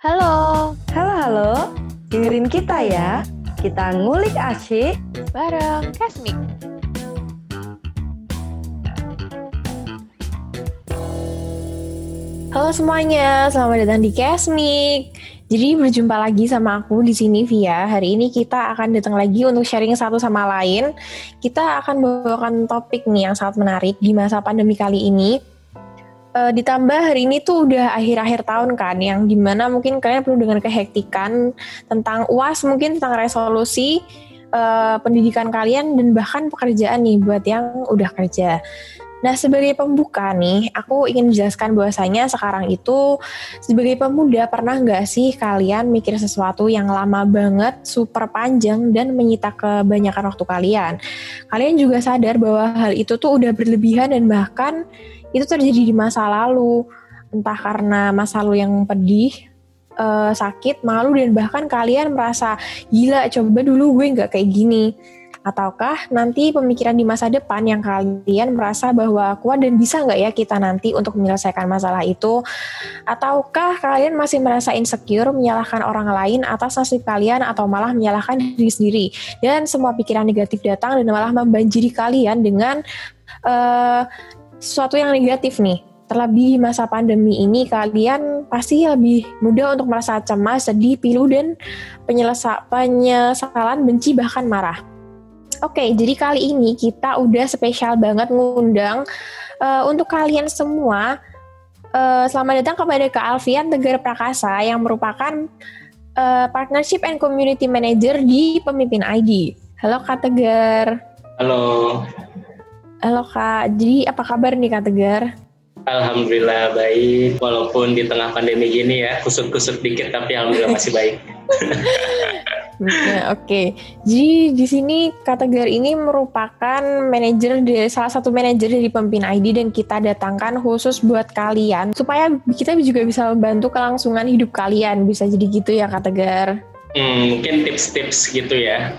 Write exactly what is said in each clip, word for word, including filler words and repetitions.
Halo, Halo, halo. Dengerin kita ya. Kita ngulik asyik. bareng Kasmik. Halo semuanya, selamat datang di Kasmik. Jadi berjumpa lagi sama aku di sini Via. Hari ini kita akan datang lagi untuk sharing satu sama lain. Kita akan bawakan topik nih yang sangat menarik di masa pandemi kali ini. Uh, ditambah hari ini tuh udah akhir-akhir tahun kan, yang dimana mungkin kalian perlu dengan kehektikan tentang U A S, mungkin tentang resolusi uh, pendidikan kalian dan bahkan pekerjaan nih buat yang udah kerja. Nah, sebagai pembuka nih, aku ingin menjelaskan bahwasanya sekarang itu sebagai pemuda pernah nggak sih kalian mikir sesuatu yang lama banget, super panjang dan menyita kebanyakan waktu kalian. Kalian juga sadar bahwa hal itu tuh udah berlebihan dan bahkan itu terjadi di masa lalu, entah karena masa lalu yang pedih, uh, sakit, malu, dan bahkan kalian merasa, gila coba dulu gue gak kayak gini. Ataukah nanti pemikiran di masa depan yang kalian merasa bahwa kuat dan bisa gak ya kita nanti untuk menyelesaikan masalah itu. Ataukah kalian masih merasa insecure, menyalahkan orang lain atas nasib kalian atau malah menyalahkan diri sendiri. Dan semua pikiran negatif datang dan malah membanjiri kalian dengan Uh, sesuatu yang negatif nih. Terlebih masa pandemi ini kalian pasti lebih mudah untuk merasa cemas, sedih, pilu, dan penyelesa- penyesalan, benci, bahkan marah. Oke, jadi kali ini kita udah spesial banget ngundang uh, untuk kalian semua. Uh, selamat datang kepada Kak Alfian Tegar Prakasa yang merupakan uh, Partnership and Community Manager di Pemimpin I D. Halo Kak Tegar. Halo. Halo Kak, jadi apa kabar nih Kak Tegar? Alhamdulillah baik, walaupun di tengah pandemi gini ya, kusut-kusut dikit tapi alhamdulillah masih baik. Nah, Oke, okay. Jadi di sini Kak Tegar ini merupakan manajer dari salah satu manajer dari Pemimpin I D dan kita datangkan khusus buat kalian supaya kita juga bisa membantu kelangsungan hidup kalian, bisa jadi gitu ya Kak Tegar? Hmm, mungkin tips-tips gitu ya.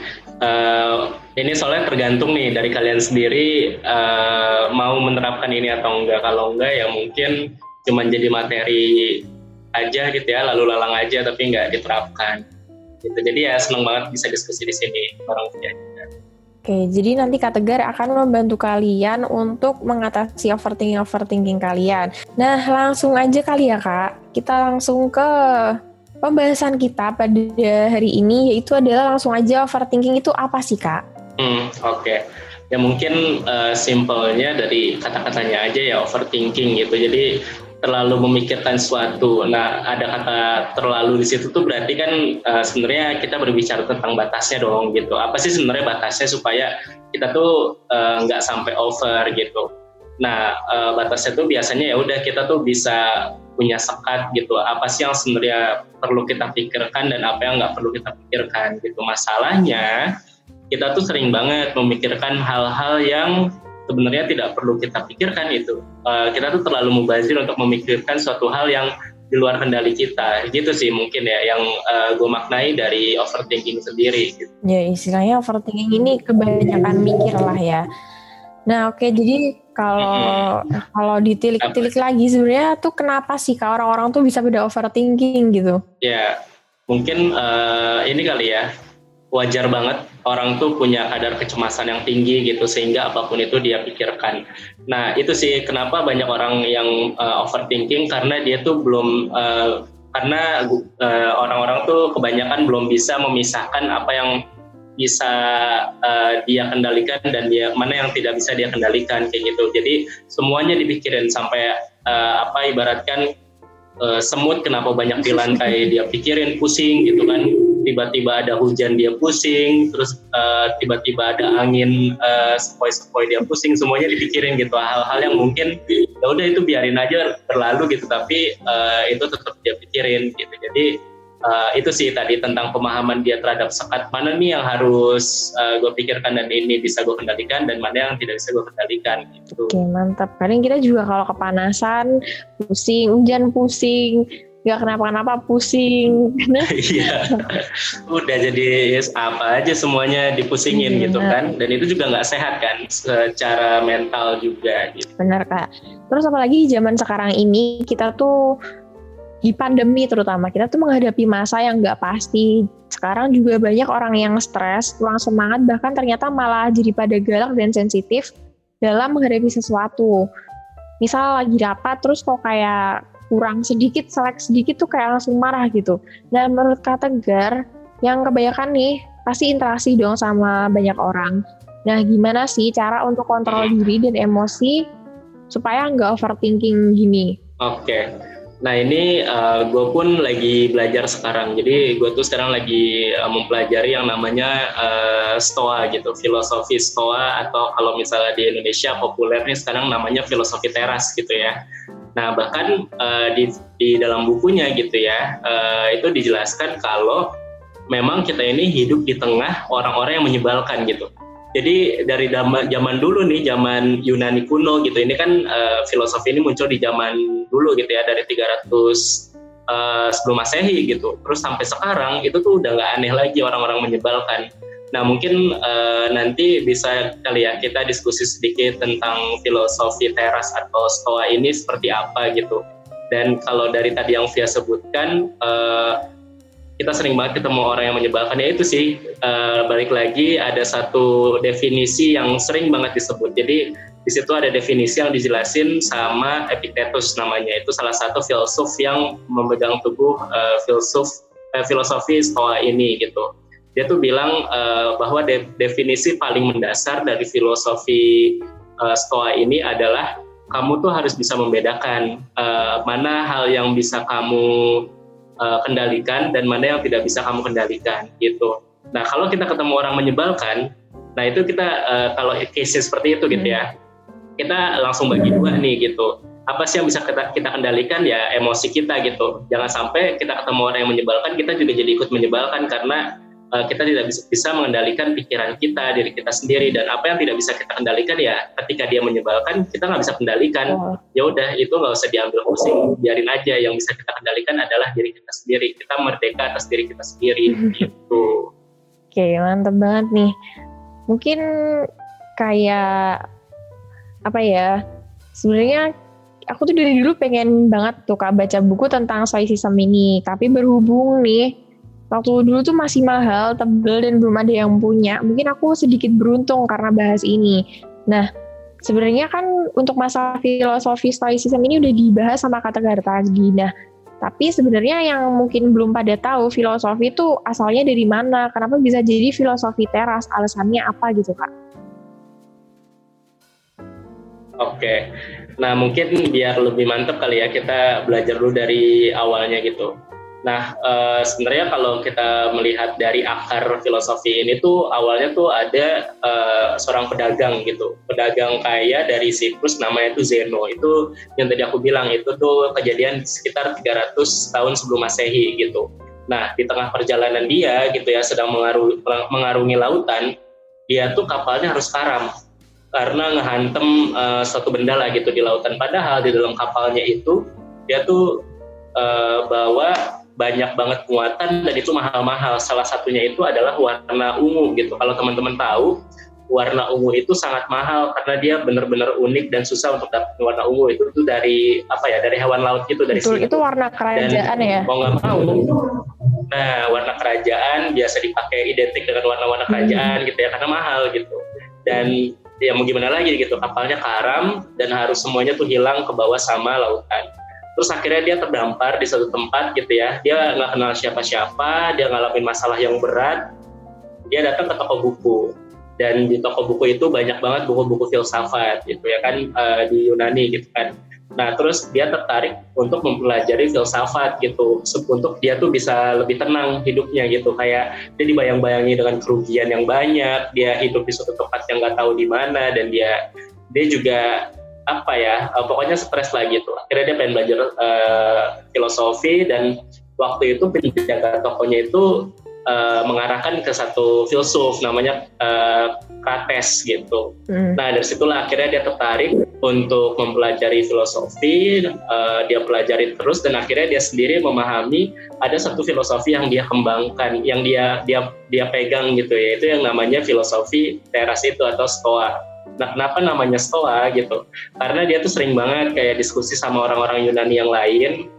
Uh, ini soalnya tergantung nih dari kalian sendiri uh, mau menerapkan ini atau enggak. Kalau enggak ya mungkin cuma jadi materi aja gitu ya, lalu lalang aja tapi enggak diterapkan. Gitu. Jadi ya senang banget bisa diskusi di sini bareng dia. Oke, jadi nanti Kak Tegar akan membantu kalian untuk mengatasi overthinking-overthinking kalian. Nah, langsung aja kali ya Kak, kita langsung ke pembahasan kita pada hari ini, yaitu adalah langsung aja overthinking itu apa sih Kak? Hmm, oke. Okay. Ya mungkin uh, simpelnya dari kata-katanya aja ya overthinking gitu. Jadi terlalu memikirkan sesuatu. Nah, ada kata terlalu di situ tuh berarti kan uh, sebenarnya kita berbicara tentang batasnya dong gitu. Apa sih sebenarnya batasnya supaya kita tuh nggak uh, sampai over gitu. Nah, uh, batasnya tuh biasanya ya udah kita tuh bisa punya sekat gitu. Apa sih yang sebenarnya perlu kita pikirkan dan apa yang nggak perlu kita pikirkan gitu. Masalahnya kita tuh sering banget memikirkan hal-hal yang sebenarnya tidak perlu kita pikirkan itu. Uh, kita tuh terlalu mubazir untuk memikirkan suatu hal yang di luar kendali kita. Gitu sih mungkin ya yang uh, gue maknai dari overthinking sendiri. Gitu. Ya istilahnya overthinking ini kebanyakan mikir lah ya. Nah oke, okay, jadi kalau mm-hmm. kalau ditilik-tilik lagi sebenarnya tuh kenapa sih Kak orang-orang tuh bisa pada overthinking gitu? Ya mungkin uh, ini kali ya, wajar banget orang tuh punya kadar kecemasan yang tinggi gitu sehingga apapun itu dia pikirkan. Nah itu sih kenapa banyak orang yang uh, overthinking karena dia tuh belum uh, karena uh, orang-orang tuh kebanyakan belum bisa memisahkan apa yang bisa uh, dia kendalikan dan dia mana yang tidak bisa dia kendalikan kayak gitu. Jadi semuanya dipikirin sampai uh, apa ibaratkan uh, semut kenapa banyak di lantai dia pikirin pusing gitu kan. Tiba-tiba ada hujan dia pusing, terus uh, tiba-tiba ada angin uh, sepoi-sepoi dia pusing, semuanya dipikirin gitu. Hal-hal yang mungkin ya udah itu biarin aja berlalu gitu, tapi uh, itu tetap dia pikirin gitu. Jadi Uh, itu sih tadi tentang pemahaman dia terhadap sekat mana nih yang harus uh, gue pikirkan dan ini bisa gue kendalikan dan mana yang tidak bisa gue kendalikan gitu. Oke mantap. Kadang kita juga kalau kepanasan pusing, hujan pusing, nggak kenapa-kenapa pusing. Iya. Udah jadi apa aja semuanya dipusingin iya, gitu kan. Dan itu juga nggak sehat kan secara mental juga. Gitu. Benar Kak. Terus apalagi di zaman sekarang ini kita tuh di pandemi terutama, kita tuh menghadapi masa yang nggak pasti. Sekarang juga banyak orang yang stres, kurang semangat, bahkan ternyata malah jadi pada galak dan sensitif dalam menghadapi sesuatu. Misal lagi rapat, terus kok kayak kurang sedikit, selek sedikit tuh kayak langsung marah gitu. Dan menurut Kak Tegar, yang kebanyakan nih, pasti interaksi dong sama banyak orang. Nah, gimana sih cara untuk kontrol diri dan emosi supaya nggak overthinking gini? Oke, nah ini uh, gue pun lagi belajar sekarang. Jadi gue tuh sekarang lagi uh, mempelajari yang namanya uh, Stoa gitu, filosofi Stoa, atau kalau misalnya di Indonesia populer nih sekarang namanya filosofi teras gitu ya. Nah bahkan uh, di, di dalam bukunya gitu ya, uh, itu dijelaskan kalau memang kita ini hidup di tengah orang-orang yang menyebalkan gitu. Jadi dari zaman dulu nih, zaman Yunani kuno gitu, ini kan uh, filosofi ini muncul di zaman dulu gitu ya, dari tiga ratus uh, sebelum Masehi gitu. Terus sampai sekarang itu tuh udah nggak aneh lagi orang-orang menyebalkan. Nah mungkin uh, nanti bisa kali ya kita diskusi sedikit tentang filosofi teras atau Stoa ini seperti apa gitu. Dan kalau dari tadi yang Via sebutkan, uh, kita sering banget ketemu orang yang menyebalkan, ya itu sih uh, balik lagi ada satu definisi yang sering banget disebut. Jadi di situ ada definisi yang dijelasin sama Epictetus namanya, itu salah satu filsuf yang memegang teguh uh, filsuf uh, filosofi Stoa ini gitu. Dia tuh bilang uh, bahwa de- definisi paling mendasar dari filosofi uh, Stoa ini adalah kamu tuh harus bisa membedakan uh, mana hal yang bisa kamu Uh, kendalikan dan mana yang tidak bisa kamu kendalikan gitu. Nah kalau kita ketemu orang menyebalkan, nah itu kita uh, kalau case seperti itu gitu ya, kita langsung bagi dua nih gitu. Apa sih yang bisa kita, kita kendalikan? Ya emosi kita gitu. Jangan sampai kita ketemu orang yang menyebalkan, kita juga jadi ikut menyebalkan karena uh, kita tidak bisa, bisa mengendalikan pikiran kita, diri kita sendiri. Dan apa yang tidak bisa kita kendalikan ya ketika dia menyebalkan kita nggak bisa kendalikan. Oh. Ya udah itu nggak usah diambil pusing, biarin aja. Yang bisa kita kendalikan adalah diri kita sendiri. Kita merdeka atas diri kita sendiri gitu. Oke, mantap banget nih. Mungkin kayak apa ya? Sebenarnya aku tuh dari dulu pengen banget tuh Kak baca buku tentang stoicism ini, tapi berhubung nih waktu dulu tuh masih mahal, tebel, dan belum ada yang punya. Mungkin aku sedikit beruntung karena bahas ini. Nah, sebenarnya kan untuk masalah filosofi stoicism ini udah dibahas sama Kak Tegar tadi. Nah, tapi sebenarnya yang mungkin belum pada tahu filosofi itu asalnya dari mana? Kenapa bisa jadi filosofi teras? Alasannya apa gitu, Kak? Oke, nah mungkin biar lebih mantap kali ya kita belajar dulu dari awalnya gitu. Nah, e, sebenarnya kalau kita melihat dari akar filosofi ini tuh awalnya tuh ada e, seorang pedagang gitu, pedagang kaya dari Siprus namanya itu Zeno. Itu yang tadi aku bilang itu tuh kejadian sekitar tiga ratus tahun sebelum Masehi gitu. Nah, di tengah perjalanan dia gitu ya sedang mengaru, mengarungi lautan, dia tuh kapalnya harus karam karena ngehantem e, suatu benda lah gitu di lautan. Padahal di dalam kapalnya itu dia tuh e, bawa banyak banget muatan dan itu mahal-mahal. Salah satunya itu adalah warna ungu gitu. Kalau teman-teman tahu, warna ungu itu sangat mahal karena dia benar-benar unik dan susah untuk dapat warna ungu. Itu tuh dari apa ya? Dari hewan laut gitu, dari Betul, itu warna kerajaan dan, ya. Mau nggak mau. Nah, warna kerajaan biasa dipakai identik dengan warna-warna kerajaan hmm. gitu ya karena mahal gitu. Dan ya mau gimana lagi gitu, kapalnya karam dan harus semuanya tuh hilang ke bawah sama lautan. Terus akhirnya dia terdampar di satu tempat gitu ya, dia nggak kenal siapa-siapa, dia ngalamin masalah yang berat, dia datang ke toko buku, dan di toko buku itu banyak banget buku-buku filsafat gitu ya kan, uh, di Yunani gitu kan. Nah terus dia tertarik untuk mempelajari filsafat gitu, untuk dia tuh bisa lebih tenang hidupnya gitu, kayak dia dibayang-bayangi dengan kerugian yang banyak, dia hidup di suatu tempat yang nggak tahu di mana, dan dia dia juga apa ya, uh, pokoknya stres lah gitu. Akhirnya dia pengen belajar uh, filosofi, dan waktu itu penjaga tokonya itu uh, mengarahkan ke satu filsuf namanya uh, Krates gitu. Hmm. Nah dari situlah akhirnya dia tertarik untuk mempelajari filosofi, uh, dia pelajari terus dan akhirnya dia sendiri memahami ada satu filosofi yang dia kembangkan, yang dia dia dia pegang gitu, yaitu yang namanya filosofi teras itu atau Stoa. Nah, kenapa namanya Stoa gitu? Karena dia tuh sering banget kayak diskusi sama orang-orang Yunani yang lain,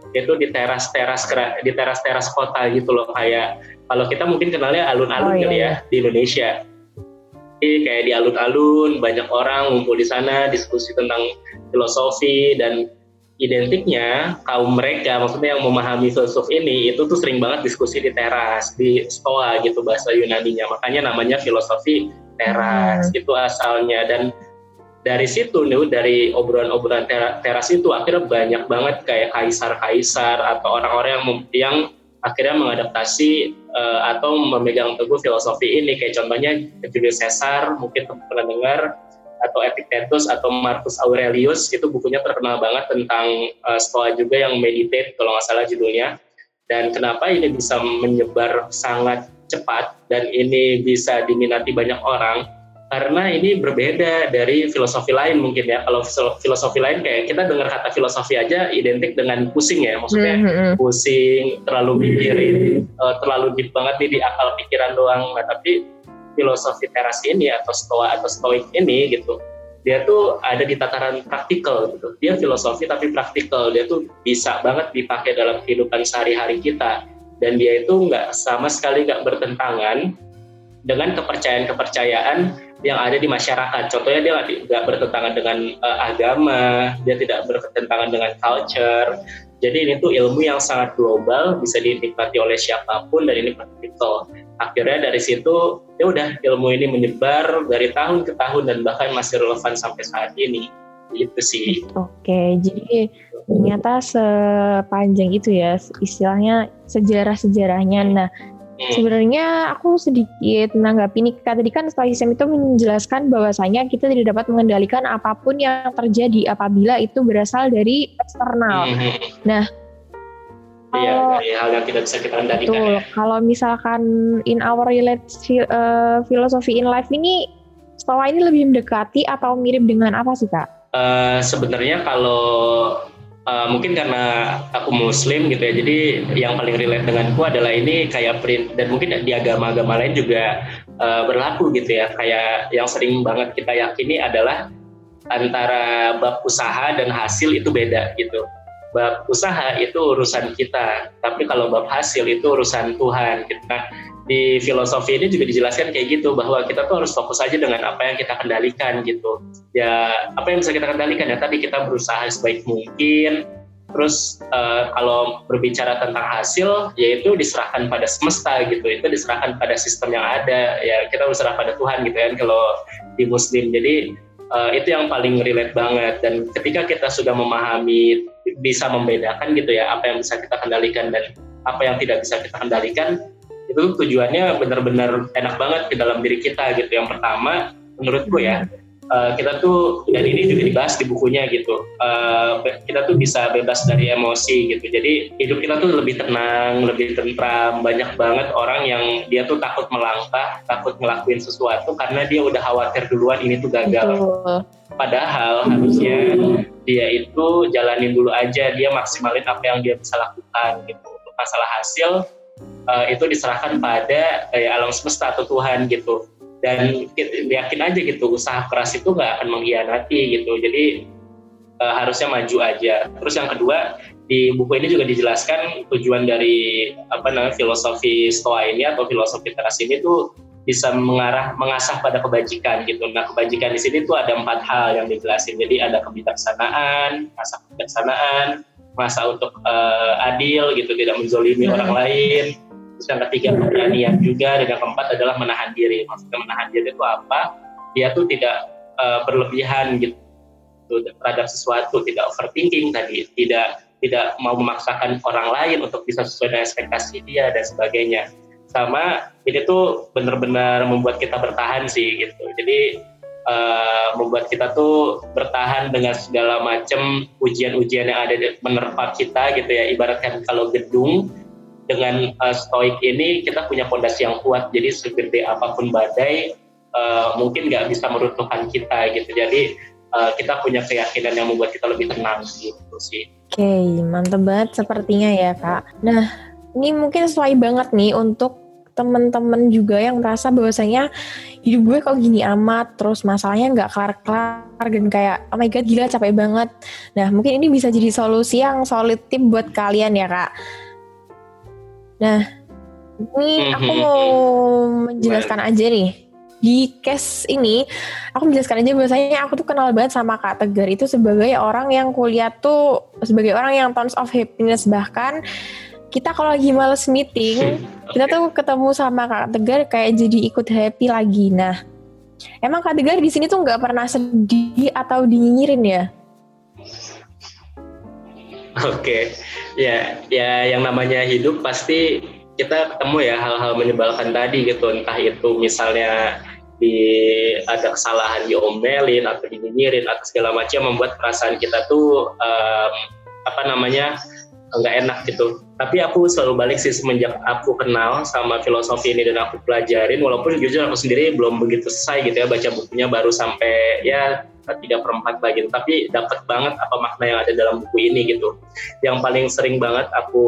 itu di teras-teras di teras-teras kota gitu loh, kayak kalau kita mungkin kenalnya alun-alun oh, kali iya. ya di Indonesia. Jadi kayak di alun-alun banyak orang ngumpul di sana diskusi tentang filosofi, dan identiknya kaum mereka, maksudnya yang memahami filsuf ini itu tuh sering banget diskusi di teras, di stoa gitu bahasa Yunaninya, makanya namanya filosofi teras. hmm. Itu asalnya, dan dari situ nih, dari obrolan-obrolan teras itu akhirnya banyak banget kayak kaisar-kaisar atau orang-orang yang yang akhirnya mengadaptasi uh, atau memegang teguh filosofi ini, kayak contohnya Julius Caesar, mungkin pernah dengar, atau Epictetus atau Marcus Aurelius, itu bukunya terkenal banget tentang uh, stoa juga, yang meditate kalau nggak salah judulnya. Dan kenapa ini bisa menyebar sangat cepat dan ini bisa diminati banyak orang? Karena ini berbeda dari filosofi lain mungkin ya. Kalau filosofi lain kayak kita dengar kata filosofi aja identik dengan pusing ya, maksudnya mm-hmm. pusing, terlalu mikirin, uh, terlalu deep banget nih di akal pikiran doang. Nah, tapi filosofi teras ini atau stoa atau stoik ini gitu, dia tuh ada di tataran praktikal gitu. Dia filosofi tapi praktikal, dia tuh bisa banget dipakai dalam kehidupan sehari-hari kita, dan dia itu nggak sama sekali nggak bertentangan dengan kepercayaan-kepercayaan yang ada di masyarakat. Contohnya dia nggak bertentangan dengan uh, agama, dia tidak bertentangan dengan culture. Jadi ini tuh ilmu yang sangat global, bisa dinikmati oleh siapapun, dan ini praktikal. Akhirnya dari situ ya udah ilmu ini menyebar dari tahun ke tahun dan bahkan masih relevan sampai saat ini. Gitu sih. Oke, jadi ternyata sepanjang itu ya istilahnya sejarah-sejarahnya. Nah, Hmm. sebenarnya aku sedikit menanggapi nih, tadi kan Stoicism itu menjelaskan bahwasanya kita tidak dapat mengendalikan apapun yang terjadi apabila itu berasal dari eksternal. Hmm. Nah, iya, dari hal yang tidak bisa kita kendalikan. Betul. Ya. Kalau misalkan in our relate uh, philosophy in life ini, Stoa ini lebih mendekati atau mirip dengan apa sih Kak? Uh, sebenarnya kalau Uh, mungkin karena aku muslim gitu ya, jadi yang paling relate denganku adalah ini kayak print, dan mungkin di agama-agama lain juga uh, berlaku gitu ya, kayak yang sering banget kita yakini adalah antara bab usaha dan hasil itu beda gitu. Bab usaha itu urusan kita, tapi kalau bab hasil itu urusan Tuhan gitu. Nah, di filosofi ini juga dijelaskan kayak gitu, bahwa kita tuh harus fokus aja dengan apa yang kita kendalikan gitu. Ya, apa yang bisa kita kendalikan ya tadi kita berusaha sebaik mungkin. Terus uh, kalau berbicara tentang hasil, yaitu diserahkan pada semesta gitu. Itu diserahkan pada sistem yang ada. Ya, kita berserah pada Tuhan gitu kan kalau di Muslim. Jadi uh, itu yang paling relate banget. Dan ketika kita sudah memahami, bisa membedakan gitu ya, apa yang bisa kita kendalikan dan apa yang tidak bisa kita kendalikan, itu tujuannya benar-benar enak banget ke dalam diri kita gitu. Yang pertama menurutku ya, uh, kita tuh, dan ini juga dibahas di bukunya gitu, uh, kita tuh bisa bebas dari emosi gitu. Jadi hidup kita tuh lebih tenang, lebih tentram. Banyak banget orang yang dia tuh takut melangkah, takut ngelakuin sesuatu karena dia udah khawatir duluan ini tuh gagal. Betul. Padahal harusnya dia itu jalanin dulu aja, dia maksimalin apa yang dia bisa lakukan gitu. Untuk masalah hasil, Uh, itu diserahkan pada kayak alam semesta atau Tuhan gitu, dan yakin aja gitu usaha keras itu nggak akan mengkhianati gitu. Jadi uh, harusnya maju aja. Terus yang kedua, di buku ini juga dijelaskan tujuan dari apa namanya filosofi Stoa ini atau filosofi teras ini tuh bisa mengarah mengasah pada kebajikan gitu. Nah, kebajikan di sini tuh ada empat hal yang dijelasin. Jadi ada kebijaksanaan, mengasah kebijaksanaan, mengasah untuk uh, adil gitu, tidak menzolimi hmm. orang lain. Terus yang ketiga keberanian juga, dan yang keempat adalah menahan diri. Maksudnya menahan diri itu apa? Dia tuh tidak uh, berlebihan gitu terhadap sesuatu, tidak overthinking tadi, tidak tidak mau memaksakan orang lain untuk bisa sesuai dengan ekspektasi dia dan sebagainya. Sama ini tuh benar-benar membuat kita bertahan sih gitu. Jadi uh, membuat kita tuh bertahan dengan segala macam ujian-ujian yang ada di menerpa kita gitu ya. Ibaratkan kalau gedung, dengan uh, stoik ini kita punya fondasi yang kuat, jadi segede apapun badai uh, mungkin nggak bisa meruntuhkan kita gitu. Jadi uh, kita punya keyakinan yang membuat kita lebih tenang gitu sih. Oke, okay, mantep banget sepertinya ya Kak. Nah, ini mungkin sesuai banget nih untuk teman-teman juga yang merasa bahwasanya hidup gue kok gini amat, terus masalahnya nggak kelar-kelar dan kayak oh my god gila capek banget. Nah mungkin ini bisa jadi solusi yang solid tip buat kalian ya Kak. Nah ini aku mau menjelaskan aja nih. Di case ini aku menjelaskan aja bahwasanya aku tuh kenal banget sama Kak Tegar itu sebagai orang yang kuliah tuh sebagai orang yang tons of happiness. Bahkan kita kalau lagi males meeting, kita tuh ketemu sama Kak Tegar kayak jadi ikut happy lagi. Nah, emang Kak Tegar di sini tuh nggak pernah sedih atau dinyinyirin ya? Oke, okay. ya, ya yang namanya hidup pasti kita ketemu ya hal-hal menyebalkan tadi gitu. Entah itu misalnya di ada kesalahan diomelin atau dinyinyirin atau segala macam membuat perasaan kita tuh um, apa namanya nggak enak gitu. Tapi aku selalu balik sih semenjak aku kenal sama filosofi ini dan aku pelajarin, walaupun jujur aku sendiri belum begitu selesai gitu ya baca bukunya, baru sampai ya tiga per empat lagi gitu. Tapi dapat banget apa makna yang ada dalam buku ini gitu. Yang paling sering banget aku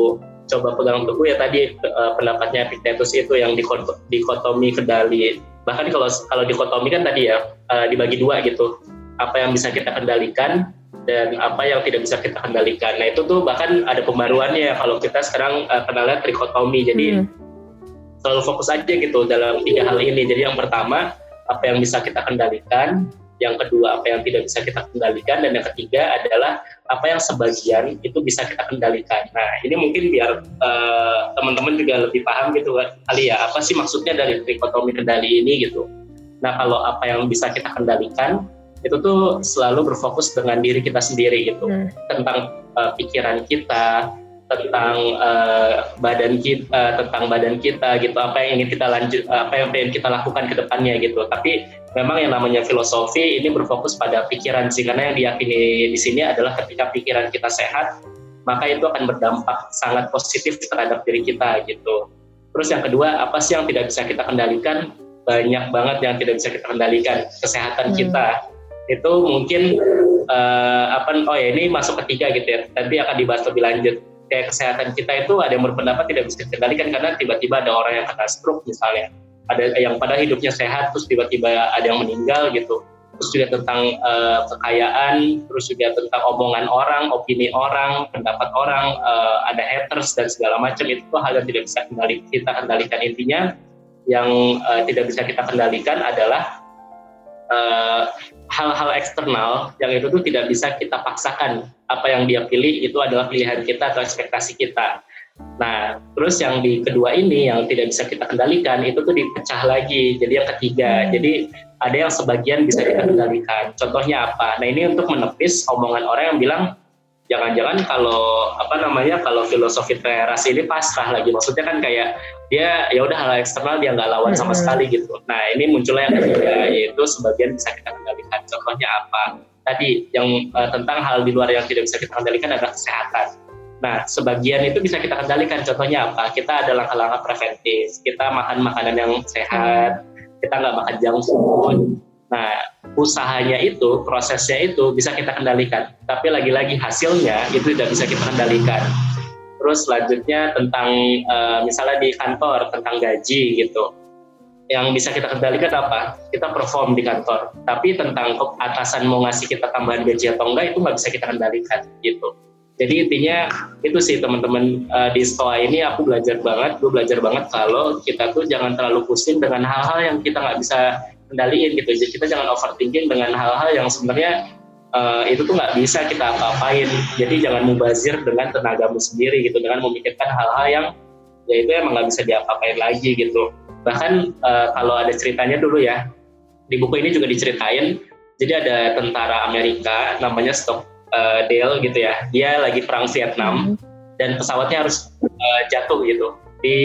coba pegang teguh ya tadi uh, pendapatnya Epictetus itu yang dikot- dikotomi kendali. Bahkan kalau kalau dikotomi kan tadi ya uh, dibagi dua gitu. Apa yang bisa kita kendalikan dan apa yang tidak bisa kita kendalikan. Nah itu tuh bahkan ada pembaruannya kalau kita sekarang uh, kenalnya trikotomi. Jadi hmm. selalu fokus aja gitu dalam tiga hal ini. Jadi yang pertama apa yang bisa kita kendalikan, yang kedua apa yang tidak bisa kita kendalikan, dan yang ketiga adalah apa yang sebagian itu bisa kita kendalikan. Nah ini mungkin biar uh, teman-teman juga lebih paham gitu kali ya, apa sih maksudnya dari trikotomi kendali ini gitu. Nah kalau apa yang bisa kita kendalikan itu tuh selalu berfokus dengan diri kita sendiri gitu, hmm. tentang uh, pikiran kita, tentang uh, badan kita, uh, tentang badan kita gitu, apa yang ingin kita lanjut, uh, apa yang ingin kita lakukan ke depannya gitu. Tapi memang yang namanya filosofi ini berfokus pada pikiran sih, karena yang diyakini di sini adalah ketika pikiran kita sehat, maka itu akan berdampak sangat positif terhadap diri kita gitu. Terus yang kedua, apa sih yang tidak bisa kita kendalikan? Banyak banget yang tidak bisa kita kendalikan. Kesehatan hmm. kita itu mungkin uh, apa oh ya ini masuk ketiga gitu ya, nanti akan dibahas lebih lanjut. Kayak kesehatan kita itu ada yang berpendapat tidak bisa dikendalikan karena tiba-tiba ada orang yang kena stroke misalnya, ada yang pada hidupnya sehat terus tiba-tiba ada yang meninggal gitu. Terus juga tentang uh, kekayaan, terus juga tentang omongan orang, opini orang, pendapat orang, uh, ada haters dan segala macam. Itu tuh hal yang tidak bisa kendali, kita kendalikan. Intinya yang uh, tidak bisa kita kendalikan adalah Uh, hal-hal eksternal yang itu tuh tidak bisa kita paksakan. Apa yang dia pilih itu adalah pilihan kita atau ekspektasi kita. Nah, terus yang di kedua ini yang tidak bisa kita kendalikan itu tuh dipecah lagi. Jadi yang ketiga, hmm. jadi ada yang sebagian bisa kita kendalikan. Contohnya apa? Nah ini untuk menepis omongan orang yang bilang jangan-jangan kalau apa namanya kalau filosofi toleransi ini pasrah lagi. Maksudnya kan kayak dia ya udah hal eksternal dia nggak lawan sama sekali gitu. Nah ini munculnya yang ketiga, yaitu sebagian bisa kita kendalikan. Contohnya apa? Tadi yang uh, tentang hal di luar yang tidak bisa kita kendalikan adalah kesehatan. Nah sebagian itu bisa kita kendalikan. Contohnya apa? Kita ada langkah-langkah preventif. Kita makan makanan yang sehat. Kita nggak makan junk food. Nah usahanya itu, prosesnya itu bisa kita kendalikan. Tapi lagi-lagi hasilnya itu tidak bisa kita kendalikan. Terus selanjutnya tentang uh, misalnya di kantor tentang gaji gitu. Yang bisa kita kendalikan apa? Kita perform di kantor. Tapi tentang atasan mau ngasih kita tambahan gaji atau enggak itu nggak bisa kita kendalikan gitu. Jadi intinya itu sih teman-teman, uh, di sekolah ini aku belajar banget, gue belajar banget kalau kita tuh jangan terlalu pusing dengan hal-hal yang kita nggak bisa kendaliin gitu. Jadi kita jangan overthinking dengan hal-hal yang sebenarnya Uh, itu tuh nggak bisa kita apa-apain. Jadi jangan mubazir dengan tenagamu sendiri gitu, dengan memikirkan hal-hal yang ya itu emang nggak bisa diapa-apain lagi gitu. Bahkan uh, kalau ada ceritanya dulu ya, di buku ini juga diceritain. Jadi ada tentara Amerika namanya Stockdale gitu ya, dia lagi perang Vietnam dan pesawatnya harus uh, jatuh gitu. Di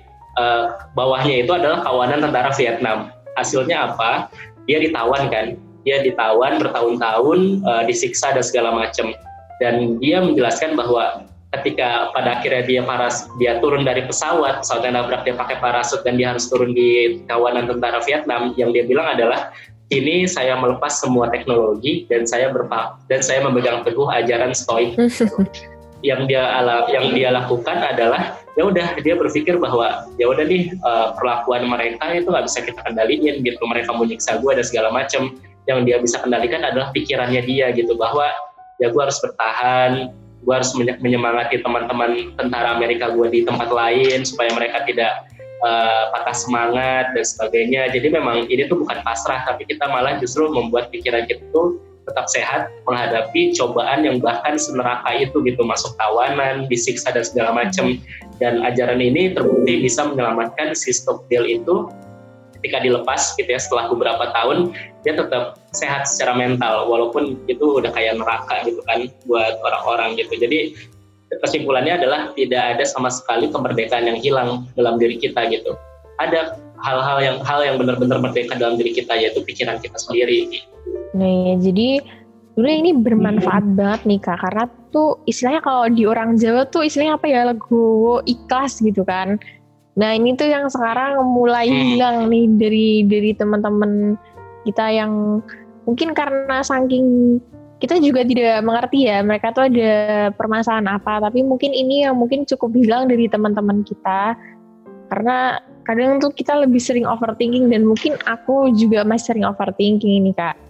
uh, bawahnya itu adalah kawanan tentara Vietnam. Hasilnya apa? Dia ditawan kan. Dia ditawan bertahun-tahun, uh, disiksa dan segala macam. Dan dia menjelaskan bahwa ketika pada akhirnya dia paras, dia turun dari pesawat, pesawatnya nabrak dia pakai parasut dan dia harus turun di kawanan tentara Vietnam, yang dia bilang adalah, ini saya melepas semua teknologi dan saya berpa dan saya memegang teguh ajaran stoik. Yang dia ala, yang dia lakukan adalah ya udah dia berpikir bahwa ya udah nih uh, perlakuan mereka itu nggak bisa kita kendaliin gitu, mereka mau nyiksa gue dan segala macam. Yang dia bisa kendalikan adalah pikirannya dia gitu, bahwa ya gue harus bertahan, gue harus menyemangati teman-teman tentara Amerika gue di tempat lain supaya mereka tidak uh, patah semangat dan sebagainya. Jadi memang ini tuh bukan pasrah, tapi kita malah justru membuat pikiran kita tuh tetap sehat menghadapi cobaan yang bahkan seneraka itu gitu, masuk tawanan, disiksa dan segala macam. Dan ajaran ini terbukti bisa menyelamatkan si Stockdale itu ketika dilepas gitu ya, setelah beberapa tahun dia tetap sehat secara mental walaupun itu udah kayak neraka gitu kan buat orang-orang gitu. Jadi kesimpulannya adalah tidak ada sama sekali kemerdekaan yang hilang dalam diri kita gitu. Ada hal-hal yang hal yang benar-benar merdeka dalam diri kita, yaitu pikiran kita sendiri gitu. Nah, jadi sebenarnya ini bermanfaat hmm. banget nih Kak, karena tuh istilahnya kalau di orang Jawa tuh istilahnya apa ya, legowo ikhlas gitu kan. Nah ini tuh yang sekarang mulai hmm. hilang nih dari dari teman-teman kita yang mungkin karena saking kita juga tidak mengerti ya mereka tuh ada permasalahan apa, tapi mungkin ini yang mungkin cukup hilang dari teman-teman kita, karena kadang tuh kita lebih sering overthinking dan mungkin aku juga masih sering overthinking ini Kak.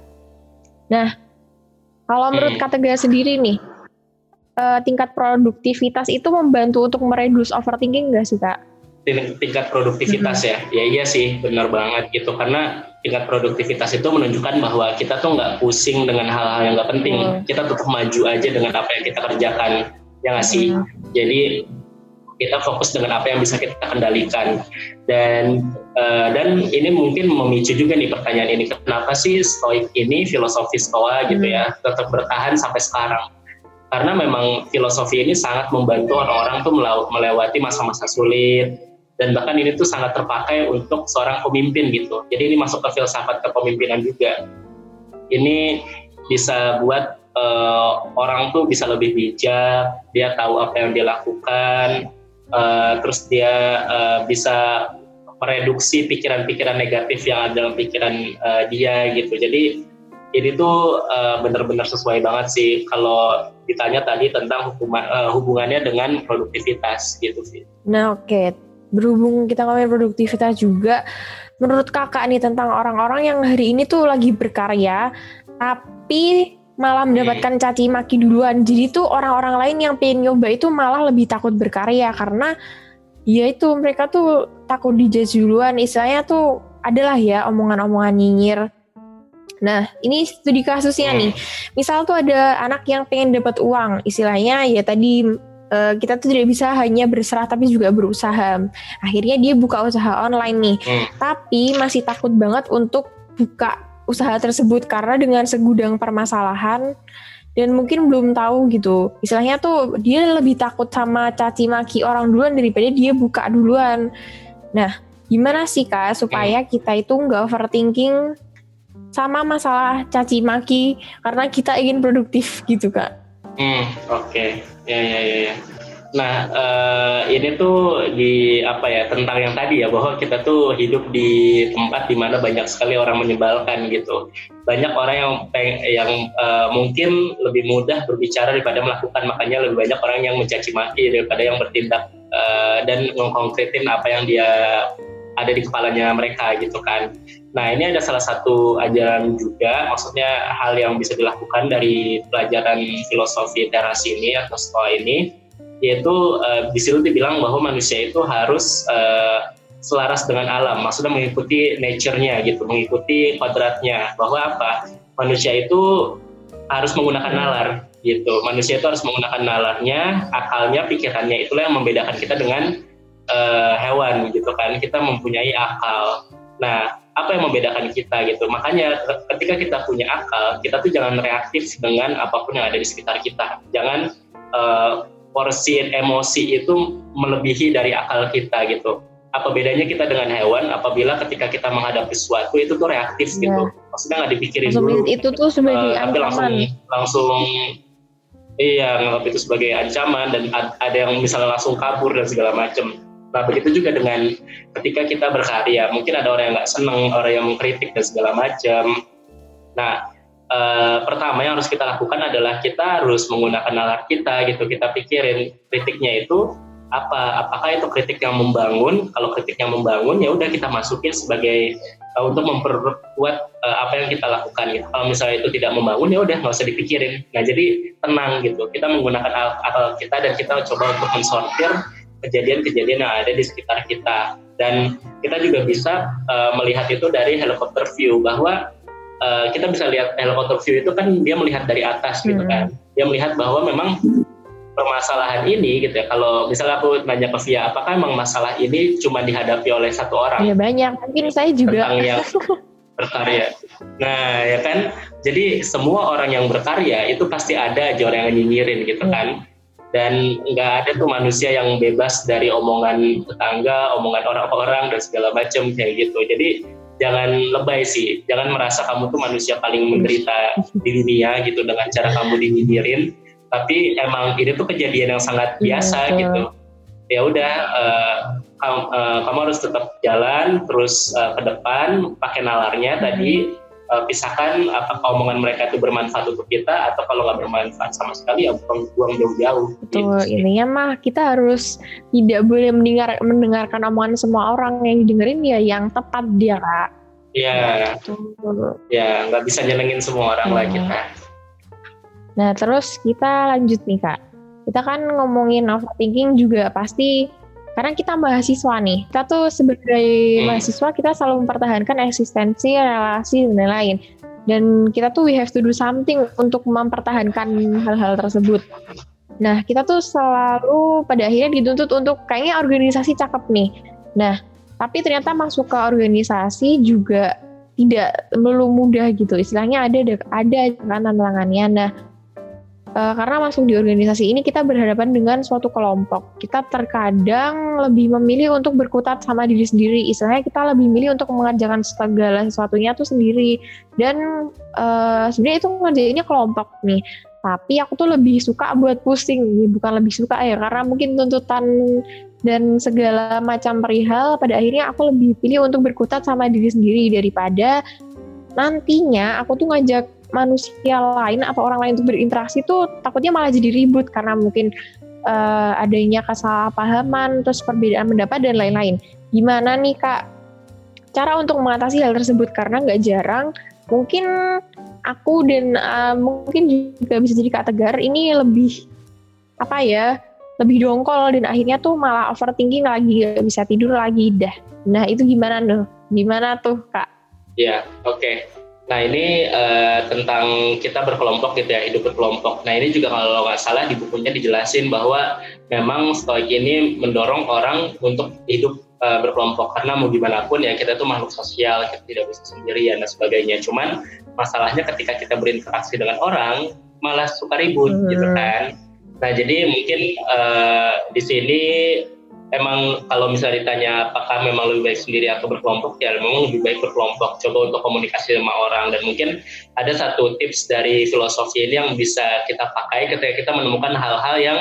Nah, kalau menurut Kak Tegar sendiri nih, uh, tingkat produktivitas itu membantu untuk mereduce overthinking nggak sih Kak? Tingkat produktivitas hmm. ya, ya iya sih, benar banget gitu. Karena tingkat produktivitas itu menunjukkan bahwa kita tuh nggak pusing dengan hal-hal yang nggak penting. Hmm. Kita tetap maju aja dengan apa yang kita kerjakan, ya nggak sih? Hmm. Jadi kita fokus dengan apa yang bisa kita kendalikan. Dan uh, dan ini mungkin memicu juga nih pertanyaan ini, kenapa sih Stoik ini, filosofi Stoa gitu ya, tetap bertahan sampai sekarang? Karena memang filosofi ini sangat membantu orang-orang tuh melewati masa-masa sulit, dan bahkan ini tuh sangat terpakai untuk seorang pemimpin gitu. Jadi ini masuk ke filsafat kepemimpinan juga. Ini bisa buat uh, orang tuh bisa lebih bijak, dia tahu apa yang dia lakukan, Uh, terus dia uh, bisa mereduksi pikiran-pikiran negatif yang ada dalam pikiran uh, dia gitu. Jadi ini tuh uh, benar-benar sesuai banget sih kalau ditanya tadi tentang hubungan, uh, hubungannya dengan produktivitas gitu sih. Nah oke, okay. Berhubung kita ngomongin produktivitas juga, menurut kakak nih tentang orang-orang yang hari ini tuh lagi berkarya tapi malah mendapatkan caci maki duluan. Jadi tuh orang-orang lain yang pengen nyoba itu malah lebih takut berkarya karena ya itu mereka tuh takut dijudge duluan. Istilahnya tuh adalah ya omongan-omongan nyinyir. Nah ini studi kasusnya nih. Misal tuh ada anak yang pengen dapat uang. Istilahnya ya tadi uh, kita tuh tidak bisa hanya berserah tapi juga berusaha. Akhirnya dia buka usaha online nih. Hmm. Tapi masih takut banget untuk buka usaha tersebut karena dengan segudang permasalahan dan mungkin belum tahu gitu. Istilahnya tuh dia lebih takut sama caci maki orang duluan daripada dia buka duluan. Nah, gimana sih Kak supaya kita itu nggak overthinking sama masalah caci maki karena kita ingin produktif gitu Kak? Hmm, oke. Okay. Ya ya ya ya. Nah, uh, ini tuh di apa ya, tentang yang tadi ya, bahwa kita tuh hidup di tempat di mana banyak sekali orang menyebalkan gitu. Banyak orang yang peng, yang uh, mungkin lebih mudah berbicara daripada melakukan, makanya lebih banyak orang yang mencaci maki daripada yang bertindak uh, dan mengkonkretin apa yang dia ada di kepalanya mereka gitu kan. Nah, ini ada salah satu ajaran juga, maksudnya hal yang bisa dilakukan dari pelajaran filosofi teras ini atau Stoa ini, yaitu uh, di situ dibilang bahwa manusia itu harus uh, selaras dengan alam, maksudnya mengikuti nature-nya gitu, mengikuti kodratnya, bahwa apa? Manusia itu harus menggunakan nalar gitu. Manusia itu harus menggunakan nalarnya, akalnya, pikirannya, itulah yang membedakan kita dengan uh, hewan gitu kan. Kita mempunyai akal. Nah, apa yang membedakan kita gitu? Makanya ketika kita punya akal, kita tuh jangan reaktif dengan apapun yang ada di sekitar kita. Jangan uh, porsi emosi itu melebihi dari akal kita gitu. Apa bedanya kita dengan hewan apabila ketika kita menghadapi sesuatu itu tuh reaktif yeah. gitu. Maksudnya nggak dipikirin langsung dulu. Itu tuh sebagai uh, tapi langsung langsung iya nganggap itu sebagai ancaman dan ada yang misalnya langsung kabur dan segala macam. Nah begitu juga dengan ketika kita berkarya, mungkin ada orang yang nggak seneng, orang yang mengkritik dan segala macam. Nah Uh, pertama yang harus kita lakukan adalah kita harus menggunakan nalar kita gitu. Kita pikirin kritiknya itu apa apakah itu kritik yang membangun. Kalau kritik yang membangun ya udah kita masukin sebagai uh, untuk memperkuat uh, apa yang kita lakukan gitu. Kalau misalnya itu tidak membangun ya udah nggak usah dipikirin. Nah jadi tenang gitu, kita menggunakan akal kita dan kita coba untuk mensortir kejadian-kejadian yang ada di sekitar kita. Dan kita juga bisa uh, melihat itu dari helicopter view, bahwa uh, kita bisa lihat helicopter view itu kan dia melihat dari atas gitu kan. Dia melihat bahwa memang permasalahan ini gitu ya, kalau misalnya aku nanya ke Via, apakah memang masalah ini cuma dihadapi oleh satu orang? Ya banyak, mungkin saya juga. Tentang yang berkarya. Nah ya kan, jadi semua orang yang berkarya itu pasti ada aja orang yang nyinyirin gitu hmm. kan. Dan nggak ada tuh manusia yang bebas dari omongan tetangga, omongan orang-orang dan segala macam kayak gitu. Jadi jangan lebay sih, jangan merasa kamu tuh manusia paling menderita di dunia gitu dengan cara kamu dinyinyirin. Tapi emang ini tuh kejadian yang sangat biasa hmm. gitu. Ya udah, uh, kamu, uh, kamu harus tetap jalan terus uh, ke depan, pakai nalarnya hmm. tadi. Uh, pisahkan apakah omongan mereka itu bermanfaat untuk kita, atau kalau nggak bermanfaat sama sekali ya buang, buang jauh-jauh. Betul, gitu. Intinya mah kita harus tidak boleh mendengar, mendengarkan omongan semua orang, yang dengerin ya yang tepat dia kak. Iya, ya nggak bisa nyenengin semua orang hmm. lah kita. Nah terus kita lanjut nih kak, kita kan ngomongin overthinking juga pasti karena kita mahasiswa nih, kita tuh sebagai hmm. mahasiswa kita selalu mempertahankan eksistensi, relasi, dan lain-lain. Dan kita tuh we have to do something untuk mempertahankan hal-hal tersebut. Nah, kita tuh selalu pada akhirnya dituntut untuk kayaknya organisasi cakep nih. Nah, tapi ternyata masuk ke organisasi juga tidak melulu mudah gitu. Istilahnya ada ada kan tantangannya. Nah, Uh, karena masuk di organisasi ini kita berhadapan dengan suatu kelompok. Kita terkadang lebih memilih untuk berkutat sama diri sendiri. Istilahnya kita lebih memilih untuk mengerjakan segala sesuatunya tuh sendiri. Dan uh, sebenarnya itu ngerjainnya kelompok nih. Tapi aku tuh lebih suka buat pusing. Bukan lebih suka ya, karena mungkin tuntutan dan segala macam perihal pada akhirnya aku lebih pilih untuk berkutat sama diri sendiri daripada nantinya aku tuh ngajak manusia lain atau orang lain untuk berinteraksi tuh takutnya malah jadi ribut karena mungkin uh, adanya kesalahpahaman, terus perbedaan pendapat dan lain-lain. Gimana nih kak cara untuk mengatasi hal tersebut? Karena nggak jarang mungkin aku dan uh, mungkin juga bisa jadi kak Tegar ini lebih apa ya lebih dongkol dan akhirnya tuh malah overthinking lagi, gak bisa tidur lagi dah. Nah itu gimana tuh? Gimana tuh kak? Ya oke. Okay. Nah ini uh, tentang kita berkelompok gitu ya, hidup berkelompok. Nah ini juga kalau nggak salah di bukunya dijelasin bahwa memang stoik ini mendorong orang untuk hidup uh, berkelompok. Karena mau gimana pun ya kita tuh makhluk sosial, kita tidak bisa sendirian dan sebagainya. Cuman masalahnya ketika kita berinteraksi dengan orang malah suka ribut hmm. gitu kan. Nah jadi mungkin uh, di sini emang kalau misalnya ditanya apakah memang lebih baik sendiri atau berkelompok, ya memang lebih baik berkelompok. Coba untuk komunikasi sama orang. Dan mungkin ada satu tips dari filosofi ini yang bisa kita pakai ketika kita menemukan hal-hal yang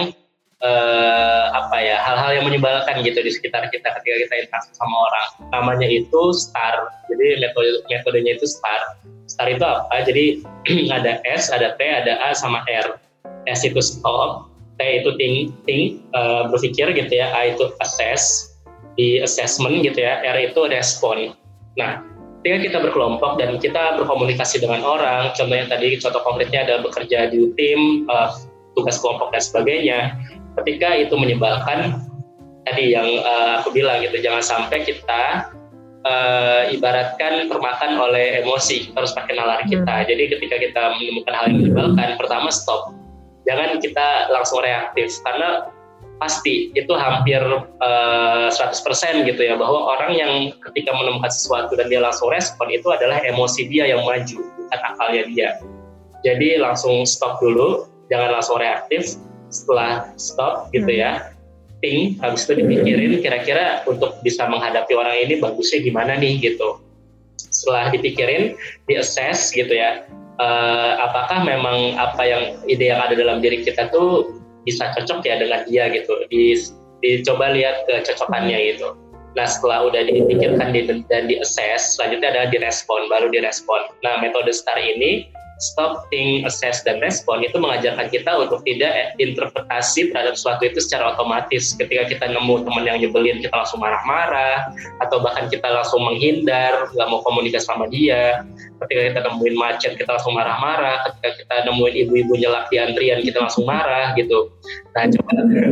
eh, apa ya, hal-hal yang menyebalkan gitu di sekitar kita ketika kita interaksi sama orang. Namanya itu STAR. Jadi metode metodenya itu STAR. STAR itu apa? Jadi ada S, ada T, ada A sama R. S itu stop, T itu think, think uh, berpikir gitu ya, A itu assess, di assessment gitu ya, R itu respon. Nah, ketika kita berkelompok dan kita berkomunikasi dengan orang, contohnya tadi contoh konkretnya adalah bekerja di tim, uh, tugas kelompok dan sebagainya. Ketika itu menyebalkan, tadi yang uh, aku bilang gitu, jangan sampai kita uh, ibaratkan termakan oleh emosi, harus pakai nalar kita. Hmm. Jadi ketika kita menemukan hal yang menyebalkan, pertama stop. Jangan kita langsung reaktif, karena pasti itu hampir uh, seratus persen gitu ya, bahwa orang yang ketika menemukan sesuatu dan dia langsung respon, itu adalah emosi dia yang maju, bukan akalnya dia. Jadi langsung stop dulu, jangan langsung reaktif. Setelah stop gitu ya, think, habis itu dipikirin kira-kira untuk bisa menghadapi orang ini bagusnya gimana nih gitu. Setelah dipikirin, di-assess gitu ya, Uh, apakah memang apa yang ide yang ada dalam diri kita tuh bisa cocok ya dengan dia gitu, di, dicoba lihat kecocokannya gitu. Nah setelah udah dipikirkan di, dan di assess, selanjutnya adalah direspon, baru direspon. Nah metode STAR ini stop, think, assess, dan respon itu mengajarkan kita untuk tidak interpretasi terhadap sesuatu itu secara otomatis. Ketika kita nemu teman yang nyebelin, kita langsung marah-marah, atau bahkan kita langsung menghindar, nggak mau komunikasi sama dia. Ketika kita nemuin macet, kita langsung marah-marah. Ketika kita nemuin ibu-ibu nyelak di antrian, kita langsung marah gitu. Nah, coba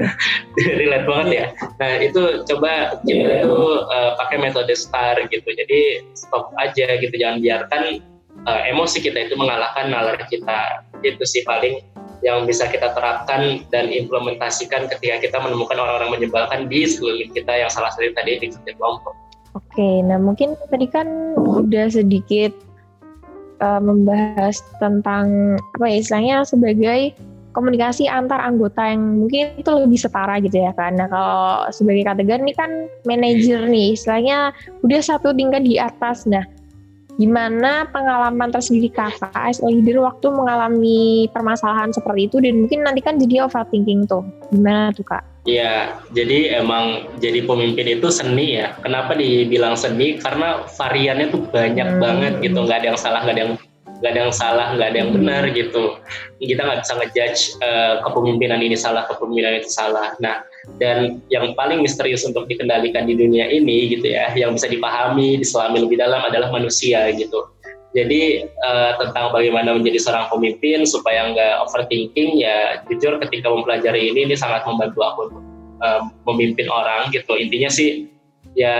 relate banget ya. Nah, itu coba kita itu uh, pakai metode STAR gitu. Jadi stop aja gitu, jangan biarkan uh, emosi kita itu mengalahkan nalar kita. Itu sih paling yang bisa kita terapkan dan implementasikan ketika kita menemukan orang-orang menyebalkan di sekeliling kita yang salah satu tadi di kelompok. Oke, nah mungkin tadi kan udah sedikit uh, membahas tentang apa ya istilahnya sebagai komunikasi antar anggota yang mungkin itu lebih setara gitu ya kan. Nah kalau sebagai kategori ini kan manajer nih istilahnya udah satu tingkat di atas. Nah gimana pengalaman tersendiri kakak as a leader waktu mengalami permasalahan seperti itu dan mungkin nanti kan jadi overthinking tuh. Gimana tuh kak? Iya, jadi emang jadi pemimpin itu seni ya. Kenapa dibilang seni? Karena variannya tuh banyak hmm. banget gitu. Nggak ada yang salah, nggak ada yang nggak ada yang salah, nggak ada yang benar gitu. Kita nggak bisa ngejudge uh, kepemimpinan ini salah, kepemimpinan itu salah. Nah, dan yang paling misterius untuk dikendalikan di dunia ini gitu ya, yang bisa dipahami, diselami lebih dalam adalah manusia gitu. Jadi uh, tentang bagaimana menjadi seorang pemimpin supaya nggak overthinking ya, jujur ketika mempelajari ini ini sangat membantu aku untuk uh, memimpin orang gitu. Intinya sih ya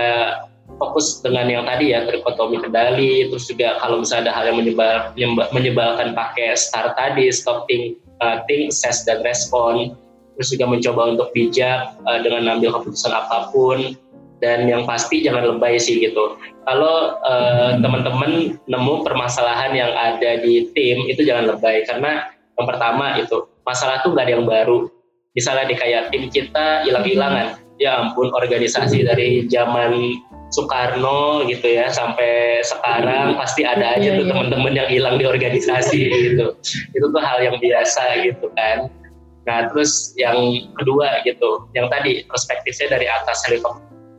fokus dengan yang tadi ya, trikotomi kendali, terus juga kalau misalnya ada hal yang menyebal, menyebalkan pakai STAR tadi, stop, think, uh, think, assess, dan respon, terus juga mencoba untuk bijak uh, dengan mengambil keputusan apapun, dan yang pasti jangan lebay sih gitu. Kalau uh, teman-teman nemu permasalahan yang ada di tim, itu jangan lebay, karena yang pertama itu, masalah tuh gak ada yang baru. Misalnya di kayak tim kita hilang-hilangan, ya ampun organisasi dari zaman Soekarno gitu ya sampai sekarang pasti ada aja tuh teman-teman yang hilang di organisasi gitu. Itu tuh hal yang biasa gitu kan. Nah terus yang kedua gitu, yang tadi perspektifnya dari atas helikopter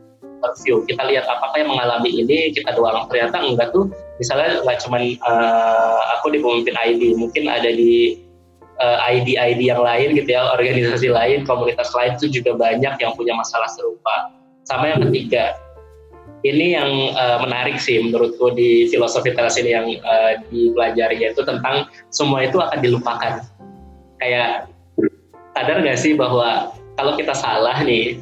view, kita lihat apakah yang mengalami ini kita doang, ternyata enggak tuh. Misalnya nggak cuman uh, aku di pemimpin I D, mungkin ada di uh, I D-I D yang lain gitu ya, organisasi lain, komunitas lain itu juga banyak yang punya masalah serupa. Sama yang ketiga, ini yang uh, menarik sih menurutku di filosofi teras ini yang uh, dipelajari, yaitu tentang semua itu akan dilupakan. Kayak sadar nggak sih bahwa kalau kita salah nih,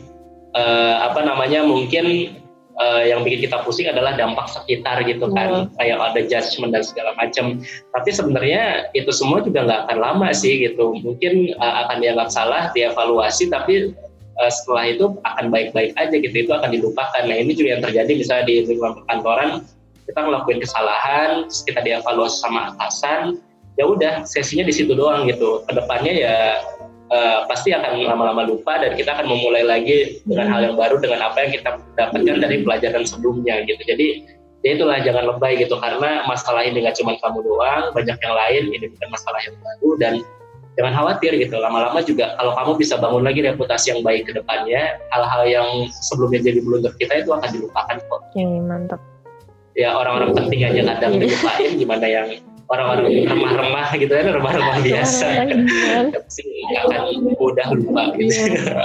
uh, apa namanya mungkin uh, yang bikin kita pusing adalah dampak sekitar gitu kan, hmm. kayak ada judgement dan segala macam. Tapi sebenarnya itu semua juga nggak akan lama sih gitu. Mungkin uh, akan dianggap salah, dievaluasi, tapi Uh, setelah itu akan baik-baik aja gitu, itu akan dilupakan. Nah ini juga yang terjadi misalnya di lingkungan perkantoran, kita ngelakuin kesalahan, terus kita dievaluasi sama atasan, ya udah sesinya di situ doang gitu. Kedepannya ya uh, pasti akan lama-lama lupa dan kita akan memulai lagi dengan hal yang baru, dengan apa yang kita dapatkan dari pelajaran sebelumnya gitu. Jadi ya itulah, jangan lebay gitu, karena masalah ini nggak cuma kamu doang, banyak yang lain, ini bukan masalah yang baru. Dan jangan khawatir gitu, lama-lama juga kalau kamu bisa bangun lagi reputasi yang baik ke depannya, hal-hal yang sebelumnya jadi blunder kita itu akan dilupakan kok. Oke, mantap. Ya orang-orang penting aja kadang dilupain, gimana yang orang-orang remah-remah gitu kan, remah-remah biasa pasti akan mudah lupa gitu.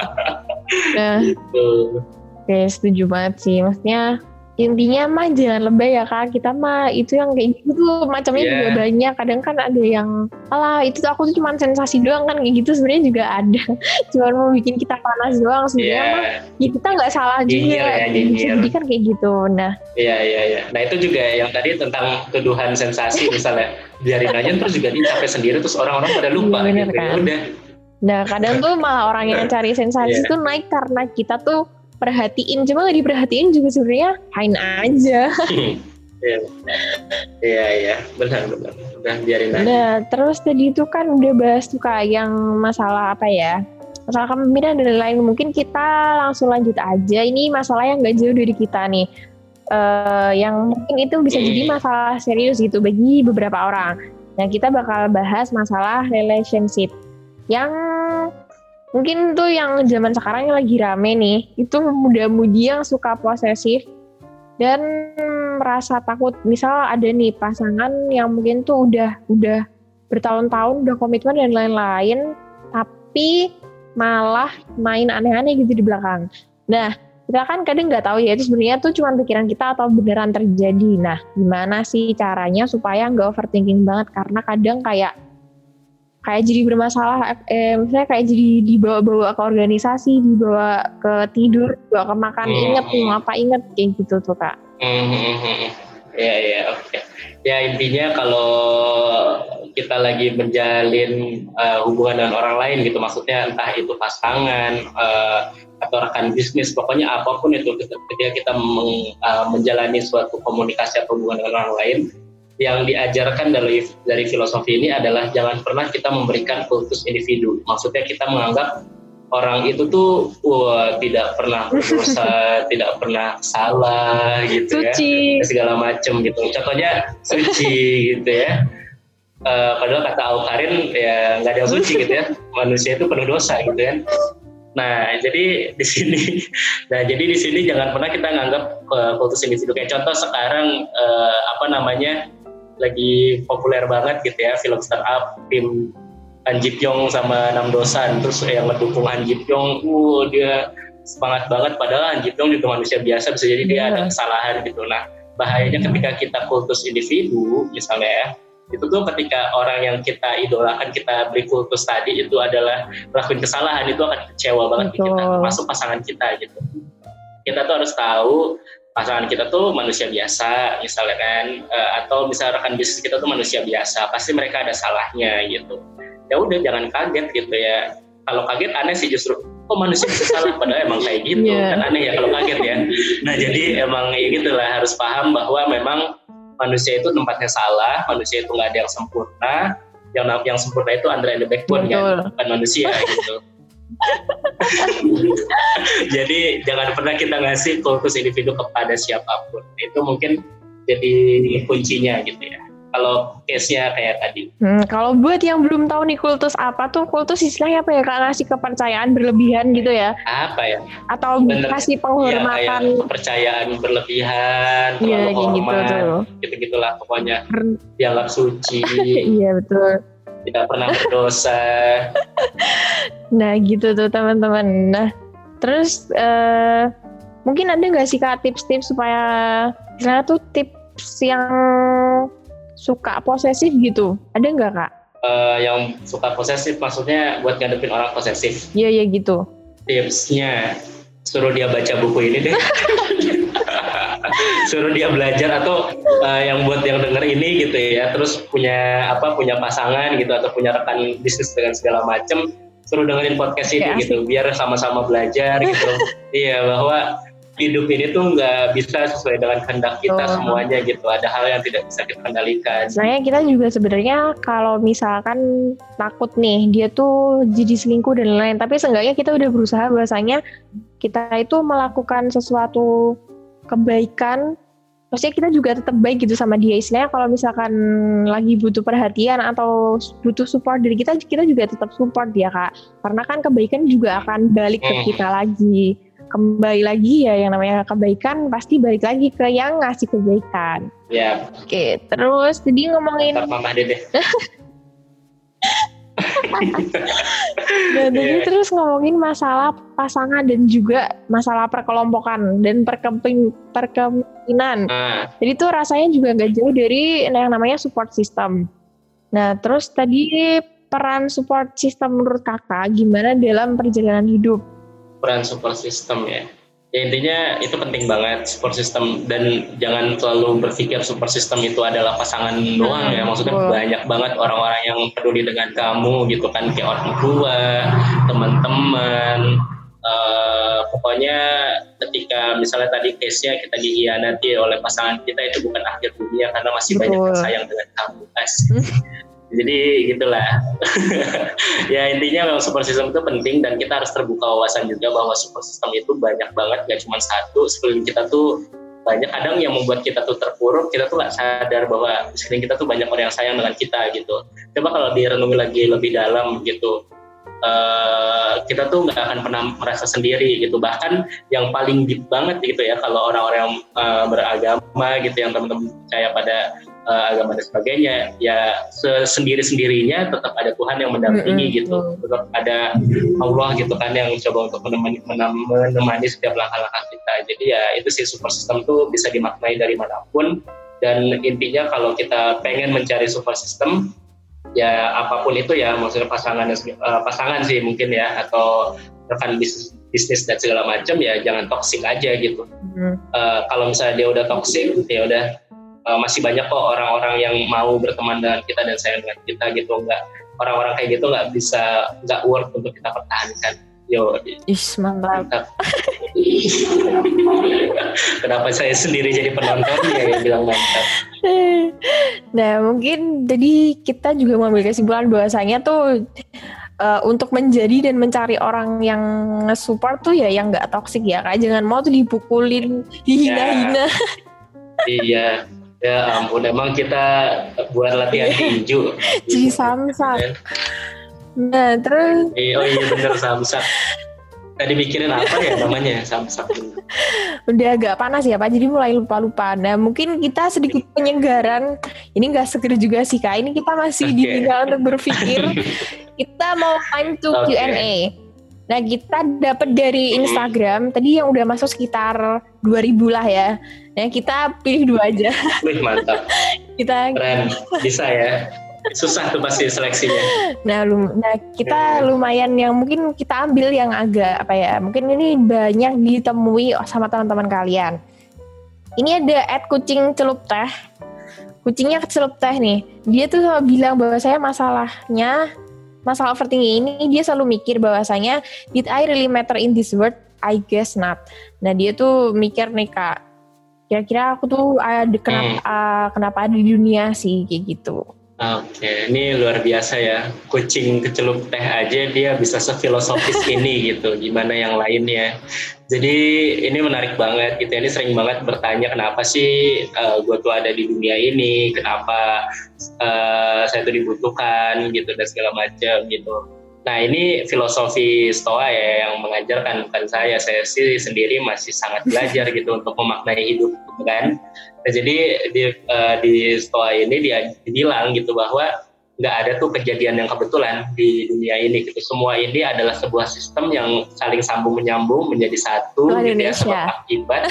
Nah, gitu. Oke, setuju banget sih, maksudnya intinya mah jangan lebay ya kak, kita mah itu yang kayak gitu tuh macamnya yeah. juga banyak. Kadang kan ada yang alah itu tuh aku tuh cuma sensasi doang kan, kayak gitu sebenarnya juga ada cuma mau bikin kita panas doang sebenarnya yeah. mah ya kita nggak salah juga ya, jadi kan kayak gitu. Nah iya yeah, iya yeah, iya yeah. Nah itu juga yang tadi tentang tuduhan sensasi misalnya biarin aja terus juga dia capek sendiri terus orang-orang pada lupa yeah, gitu kan? Ya udah. Nah kadang tuh malah orang yang cari sensasi yeah. tuh naik karena kita tuh perhatiin, cuma nggak diperhatiin juga sebenarnya hain aja. Iya, iya, iya, benar, benar. Udah biarin aja. Nah, terus tadi itu kan udah bahas tuh kak yang masalah apa ya? Masalah kepemimpinan dan lain-lain. Mungkin kita langsung lanjut aja. Ini masalah yang nggak jauh dari kita nih. Uh, yang mungkin itu bisa jadi masalah serius gitu bagi beberapa orang. Nah, kita bakal bahas masalah relationship yang mungkin tuh yang zaman sekarang yang lagi rame nih, itu muda-mudi yang suka posesif dan merasa takut. Misal ada nih pasangan yang mungkin tuh udah udah bertahun-tahun udah komitmen dan lain-lain, tapi malah main aneh-aneh gitu di belakang. Nah, kita kan kadang nggak tahu ya itu sebenarnya tuh cuma pikiran kita atau beneran terjadi. Nah, gimana sih caranya supaya nggak overthinking banget? Karena kadang kayak kayak jadi bermasalah, eh, misalnya kayak jadi dibawa-bawa ke organisasi, dibawa ke tidur, dibawa ke makan, hmm. inget mau apa inget kayak gitu tuh Kak. Hmm. Ya ya oke. Okay. Ya intinya kalau kita lagi menjalin uh, hubungan dengan orang lain gitu, maksudnya entah itu pasangan uh, atau rekan bisnis, pokoknya apapun itu ketika kita meng, uh, menjalani suatu komunikasi atau hubungan dengan orang lain, yang diajarkan dari dari filosofi ini adalah jangan pernah kita memberikan kultus individu. Maksudnya kita menganggap orang itu tuh wah tidak pernah berdosa, tidak pernah salah gitu suci. Ya, segala macam gitu. Contohnya suci gitu ya. Uh, padahal kata Al-Karin ya nggak ada yang suci gitu ya. Manusia itu penuh dosa gitu kan. Nah jadi di sini, nah jadi di sini jangan pernah kita nganggap uh, kultus individu. Kayak contoh sekarang uh, apa namanya lagi populer banget gitu ya film startup tim Han Ji Pyong sama Nam Do San, terus yang mendukung Han Ji Pyong, uh, dia semangat banget, padahal Han Ji Pyong juga manusia biasa, bisa jadi dia yeah. ada kesalahan gitu. Nah bahayanya ketika kita kultus individu misalnya ya, itu tuh ketika orang yang kita idolakan, kita beri kultus tadi itu adalah melakukan kesalahan, itu akan kecewa banget di kita, termasuk pasangan kita gitu. Kita tuh harus tahu pasangan kita tuh manusia biasa misalnya kan, atau misalnya rekan bisnis kita tuh manusia biasa, pasti mereka ada salahnya gitu. Ya udah jangan kaget gitu ya. Kalau kaget aneh sih justru, kok manusia bisa salah padahal emang kayak gitu yeah. kan aneh ya kalau kaget ya. Nah jadi emang ya gitulah, harus paham bahwa memang manusia itu tempatnya salah, manusia itu nggak ada yang sempurna, yang yang sempurna itu Andra and the Backbone ya, bukan manusia gitu. Jadi jangan pernah kita ngasih kultus individu kepada siapapun, itu mungkin jadi kuncinya gitu ya. Kalau case-nya kayak tadi. Hmm, kalau buat yang belum tahu nih kultus apa tuh, kultus istilahnya apa ya Kak, ngasih kepercayaan berlebihan gitu ya? Apa ya? Atau bener, kasih penghormatan? Ya, kepercayaan berlebihan, terlalu ya, hormat, gitu, gitu-gitulah pokoknya. Dianggap suci. Iya betul. Tidak pernah berdosa. Nah gitu tuh teman-teman. Nah terus uh, mungkin ada nggak sih Kak tips-tips supaya, misalnya tuh tips yang suka posesif gitu, ada nggak Kak? Uh, yang suka posesif maksudnya buat ngadepin orang posesif? Iya iya gitu. Tipsnya suruh dia baca buku ini deh. Suruh dia belajar, atau uh, yang buat yang denger ini gitu ya, terus punya apa punya pasangan gitu atau punya rekan bisnis dengan segala macam, suruh dengerin podcast ini ya, gitu, biar sama-sama belajar gitu. Iya, bahwa hidup ini tuh nggak bisa sesuai dengan kehendak kita oh. semuanya gitu. Ada hal yang tidak bisa kita kendalikan. Sebenarnya kita juga sebenarnya kalau misalkan takut nih dia tuh jadi selingkuh dan lain-lain, tapi seenggaknya kita udah berusaha bahwasanya kita itu melakukan sesuatu kebaikan. Maksudnya kita juga tetap baik gitu sama dia. Istilahnya kalau misalkan lagi butuh perhatian atau butuh support dari kita, kita juga tetap support dia Kak. Karena kan kebaikan juga akan balik ke kita lagi. Kembali lagi ya, yang namanya kebaikan pasti balik lagi ke yang ngasih kebaikan. Ya. Oke, terus tadi ngomongin Mama Dede. Nah, tadi yeah. terus ngomongin masalah pasangan dan juga masalah perkelompokan dan perkeping, perkemungkinan. Ah. Jadi tuh rasanya juga gak jauh dari yang namanya support system. Nah, terus tadi peran support system menurut Kakak gimana dalam perjalanan hidup? Peran support system ya. Ya intinya itu penting banget support system, dan jangan selalu berpikir support system itu adalah pasangan hmm, doang ya. Maksudnya oh. banyak banget orang-orang yang peduli dengan kamu gitu kan, kayak orang tua, teman-teman. Uh, pokoknya ketika misalnya tadi case-nya kita dikhianati oleh pasangan kita, itu bukan akhir dunia karena masih Betul. banyak yang sayang dengan kamu guys. Jadi gitulah. Ya intinya memang support system itu penting, dan kita harus terbuka wawasan juga bahwa support system itu banyak banget, gak cuma satu. Sekeliling kita tuh banyak, kadang yang membuat kita tuh terpuruk, kita tuh gak sadar bahwa sekeliling kita tuh banyak orang yang sayang dengan kita gitu. Coba kalau direnungi lagi lebih dalam gitu, uh, kita tuh nggak akan pernah merasa sendiri gitu. Bahkan yang paling deep banget gitu ya, kalau orang-orang yang uh, beragama gitu, yang teman-teman percaya pada uh, agama dan sebagainya, ya sendiri-sendirinya tetap ada Tuhan yang mendampingi mm-hmm. gitu, tetap ada Allah gitu kan yang coba untuk menemani, menemani setiap langkah-langkah kita. Jadi ya itu sih, support system tuh bisa dimaknai dari manapun, dan intinya kalau kita pengen mencari support system, ya apapun itu ya, maksudnya pasangan uh, pasangan sih mungkin ya, atau rekan bisnis bisnis dan segala macam, ya jangan toksik aja gitu. Mm. Uh, kalau misalnya dia udah toksik, ya udah, uh, masih banyak kok orang-orang yang mau berteman dengan kita dan sayang dengan kita gitu. Nggak, orang-orang kayak gitu nggak bisa, nggak worth untuk kita pertahankan. Yo, Ish, mantap. mantap. Kenapa saya sendiri jadi penonton ya yang bilang mantap. Nah, mungkin jadi kita juga mengambil kesimpulan bahwasanya tuh uh, untuk menjadi dan mencari orang yang nge-support tuh ya yang nggak toksik ya, Kak. Jangan mau tuh dipukulin, dihina-hina. Iya. Ya ampun, emang kita buat latihan tinju. Jadi samsak. Nah, terus oh iya bener, samsak. Tadi mikirin apa ya namanya, samsak. Udah agak panas ya Pak, jadi mulai lupa-lupa. Nah, mungkin kita sedikit penyegaran. Ini nggak seger juga sih Kak. Ini kita masih okay. diminta untuk berpikir. Kita mau time to okay. Q and A. Nah, kita dapat dari Instagram. Tadi yang udah masuk sekitar dua ribu lah ya. Nah, kita pilih dua aja. Wih, mantap. Kita keren, bisa ya. Susah tuh pasti seleksinya. Nah, lum- nah kita lumayan yang mungkin kita ambil yang agak apa ya, mungkin ini banyak ditemui sama teman-teman kalian. Ini ada at kucing celup teh. Kucingnya celup teh nih. Dia tuh bilang bahwa saya masalahnya, masalah overthinking ini dia selalu mikir bahwasanya, did I really matter in this world? I guess not. Nah, dia tuh mikir nih Kak, kira-kira aku tuh ada kenapa, hmm. uh, kenapa ada di dunia sih kayak gitu. Oke, okay, ini luar biasa ya. Kucing kecelup teh aja dia bisa sefilosofis ini gitu. Gimana yang lainnya? Jadi ini menarik banget gitu. Ini sering banget bertanya kenapa sih uh, gue tuh ada di dunia ini, kenapa uh, saya tuh dibutuhkan gitu dan segala macam gitu. Nah, ini filosofi Stoa ya yang mengajarkan, bukan saya. Saya sih sendiri masih sangat belajar gitu untuk memaknai hidup gitu kan. Nah, jadi di, uh, di Stoa ini dia bilang gitu bahwa nggak ada tuh kejadian yang kebetulan di dunia ini gitu. Semua ini adalah sebuah sistem yang saling sambung menyambung menjadi satu gitu ya, sebab akibat.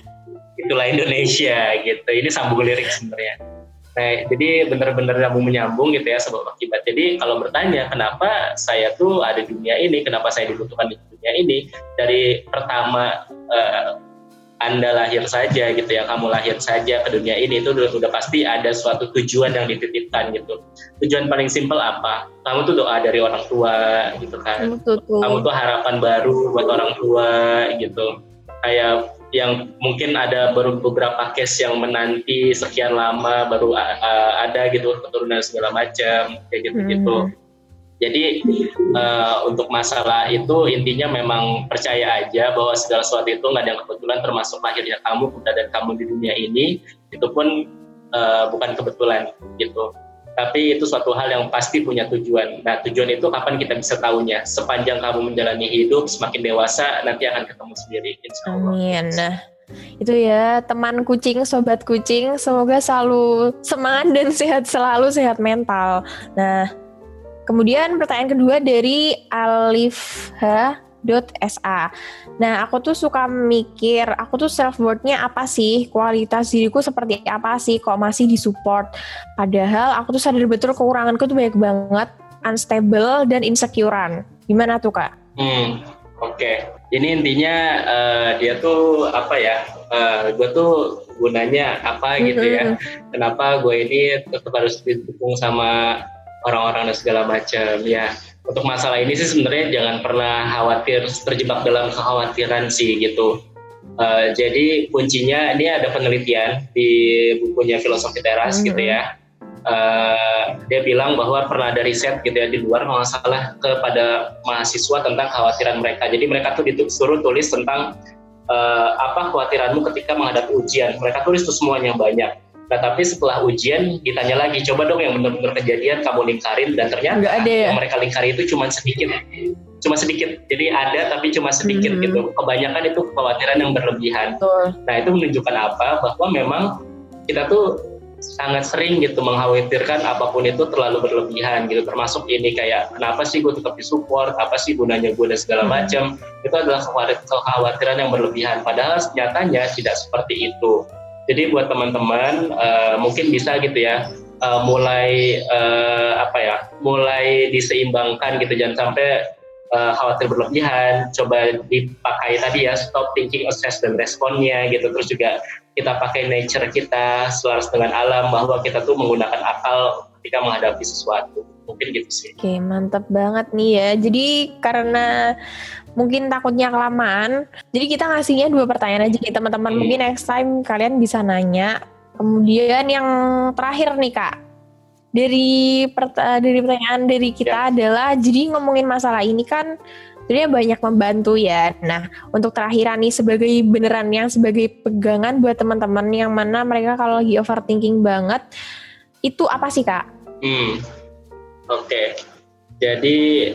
Itulah Indonesia gitu. Ini sambung lirik sebenarnya. Nah, jadi benar-benar nyambung menyambung gitu ya, sebab akibat. Jadi kalau bertanya kenapa saya tuh ada di dunia ini, kenapa saya dibutuhkan di dunia ini, dari pertama uh, Anda lahir saja gitu ya, kamu lahir saja ke dunia ini, itu udah, udah pasti ada suatu tujuan yang dititipkan gitu. Tujuan paling simpel apa? Kamu tuh doa dari orang tua gitu kan. Betul. Kamu tuh harapan baru buat orang tua gitu. Kayak yang mungkin ada baru beberapa case yang menanti sekian lama baru uh, ada gitu keturunan segala macam kayak gitu-gitu. Hmm. Jadi uh, untuk masalah itu intinya memang percaya aja bahwa segala sesuatu itu nggak ada yang kebetulan, termasuk lahirnya kamu, keberadaan kamu di dunia ini itu pun uh, bukan kebetulan gitu. Tapi itu suatu hal yang pasti punya tujuan. Nah, tujuan itu kapan kita bisa tahunya? Sepanjang kamu menjalani hidup, semakin dewasa nanti akan ketemu sendiri, insya Allah. Amin. Nah, itu ya teman kucing, sobat kucing, semoga selalu semangat dan sehat selalu, sehat mental. Nah, kemudian pertanyaan kedua dari Alifha .sa. Nah, aku tuh suka mikir, aku tuh self worth-nya apa sih? Kualitas diriku seperti apa sih? Kok masih disupport? Padahal aku tuh sadar betul kekuranganku tuh banyak banget, unstable dan insecurean. Gimana tuh, Kak? Hmm, oke. Okay. Ini intinya uh, dia tuh apa ya? Uh, gue tuh gunanya apa gitu mm-hmm. ya? Kenapa gue ini tetap harus didukung sama orang-orang dan segala macam ya? Untuk masalah ini sih sebenarnya jangan pernah khawatir, terjebak dalam kekhawatiran sih gitu. Uh, jadi kuncinya, ini ada penelitian di bukunya Filosofi Teras mm-hmm. gitu ya. Uh, dia bilang bahwa pernah ada riset gitu ya di luar kalau nggak salah kepada mahasiswa tentang kekhawatiran mereka. Jadi mereka tuh disuruh tulis tentang uh, apa kekhawatiranmu ketika menghadapi ujian. Mereka tulis tuh semuanya banyak. Nah tapi setelah ujian ditanya lagi, coba dong yang benar-benar kejadian kamu lingkarin, dan ternyata nggak ada ya? Yang mereka lingkari itu cuma sedikit, cuma sedikit. Jadi ada tapi cuma sedikit mm-hmm. gitu. Kebanyakan itu kekhawatiran yang berlebihan. Betul. Nah itu menunjukkan apa? Bahwa memang kita tuh sangat sering gitu mengkhawatirkan apapun itu terlalu berlebihan gitu, termasuk ini kayak kenapa sih gue tetap disupport, apa sih gunanya gue dan segala macam. hmm. Itu adalah kekhawatiran yang berlebihan, padahal nyatanya tidak seperti itu. Jadi buat teman-teman uh, mungkin bisa gitu ya uh, mulai uh, apa ya mulai diseimbangkan gitu, jangan sampai uh, khawatir berlebihan. Coba dipakai tadi ya, stop thinking, assess dan responnya gitu. Terus juga kita pakai nature kita, selaras dengan alam, bahwa kita tuh menggunakan akal ketika menghadapi sesuatu. Mungkin gitu sih. Oke, mantap banget nih ya. Jadi karena mungkin takutnya kelamaan, jadi kita ngasihnya dua pertanyaan aja nih teman-teman. Hmm. Mungkin next time kalian bisa nanya. Kemudian yang terakhir nih Kak, dari perta- dari pertanyaan dari kita ya. adalah, jadi ngomongin masalah ini kan sebenarnya banyak membantu ya. Nah, untuk terakhiran nih, sebagai beneran yang sebagai pegangan buat teman-teman yang mana mereka kalau lagi overthinking banget, itu apa sih Kak? Hmm, oke. Okay. Jadi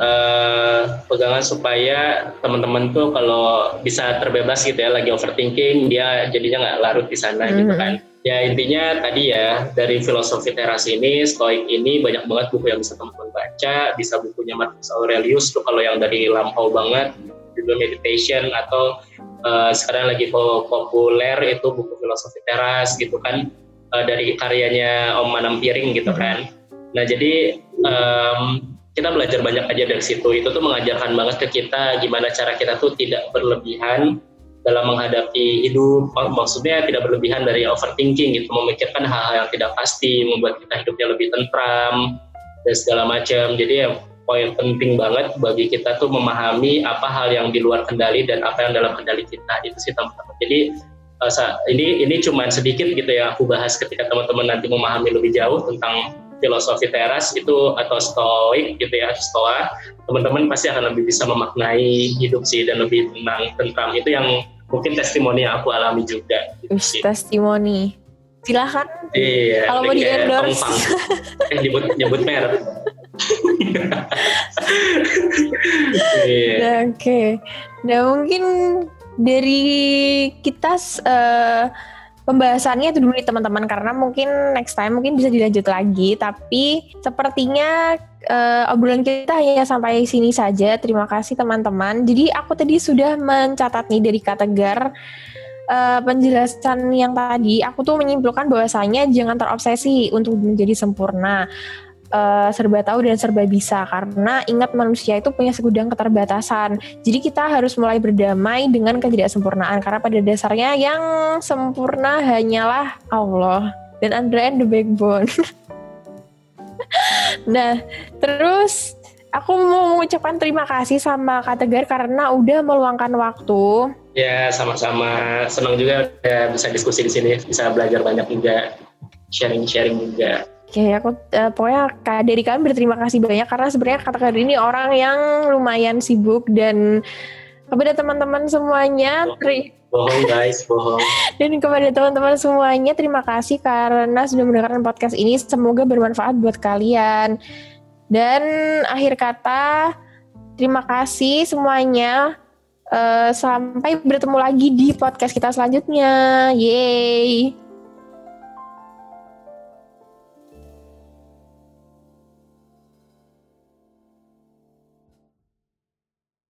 uh, pegangan supaya teman-teman tuh kalau bisa terbebas gitu ya, lagi overthinking, dia jadinya nggak larut di sana mm-hmm. gitu kan. Ya intinya tadi ya, dari filosofi teras ini, stoik ini, banyak banget buku yang bisa teman-teman baca. Bisa bukunya Marcus Aurelius tuh kalau yang dari lampau banget, juga meditation, atau uh, sekarang lagi populer itu buku filosofi teras gitu kan, uh, dari karyanya Om Manam Piring gitu kan. Nah jadi um, kita belajar banyak aja dari situ. Itu tuh mengajarkan banget ke kita gimana cara kita tuh tidak berlebihan dalam menghadapi hidup. Maksudnya tidak berlebihan dari overthinking gitu, memikirkan hal-hal yang tidak pasti, membuat kita hidupnya lebih tentram dan segala macam. Jadi ya poin penting banget bagi kita tuh memahami apa hal yang di luar kendali dan apa yang dalam kendali kita. Itu sih teman-teman. Jadi ini ini cuma sedikit gitu ya aku bahas. Ketika teman-teman nanti memahami lebih jauh tentang filosofi teras itu atau stoik gitu ya, stoa, teman-teman pasti akan lebih bisa memaknai hidup sih dan lebih tenang, tentram. Itu yang mungkin testimoni yang aku alami juga. Gitu Ush, testimoni. Silahkan. Iya. Kalau mau di endorse. Eh nyebut nyebut merek. yeah. Nah, Oke. Okay. Nah mungkin dari kita uh, pembahasannya itu dulu nih teman-teman, karena mungkin next time mungkin bisa dilanjut lagi, tapi sepertinya uh, obrolan kita hanya sampai sini saja. Terima kasih teman-teman. Jadi aku tadi sudah mencatat nih dari Kak Tegar uh, penjelasan yang tadi. Aku tuh menyimpulkan bahwasanya jangan terobsesi untuk menjadi sempurna, uh, serba tahu dan serba bisa, karena ingat manusia itu punya segudang keterbatasan. Jadi kita harus mulai berdamai dengan ketidaksempurnaan, karena pada dasarnya yang sempurna hanyalah Allah dan Andra and the Backbone. Nah, terus aku mau mengucapkan terima kasih sama Kak Tegar karena udah meluangkan waktu. Ya, sama-sama. Senang juga ya bisa diskusi di sini, bisa belajar banyak juga, sharing-sharing juga. Oke, aku uh, pokoknya Kak, dari kami berterima kasih banyak karena sebenarnya Kak Tegar ini orang yang lumayan sibuk. Dan kepada teman-teman semuanya, bohong, bohong guys, bohong. Dan kepada teman-teman semuanya, terima kasih karena sudah mendengarkan podcast ini. Semoga bermanfaat buat kalian. Dan akhir kata, terima kasih semuanya. Uh, sampai bertemu lagi di podcast kita selanjutnya. Yeay.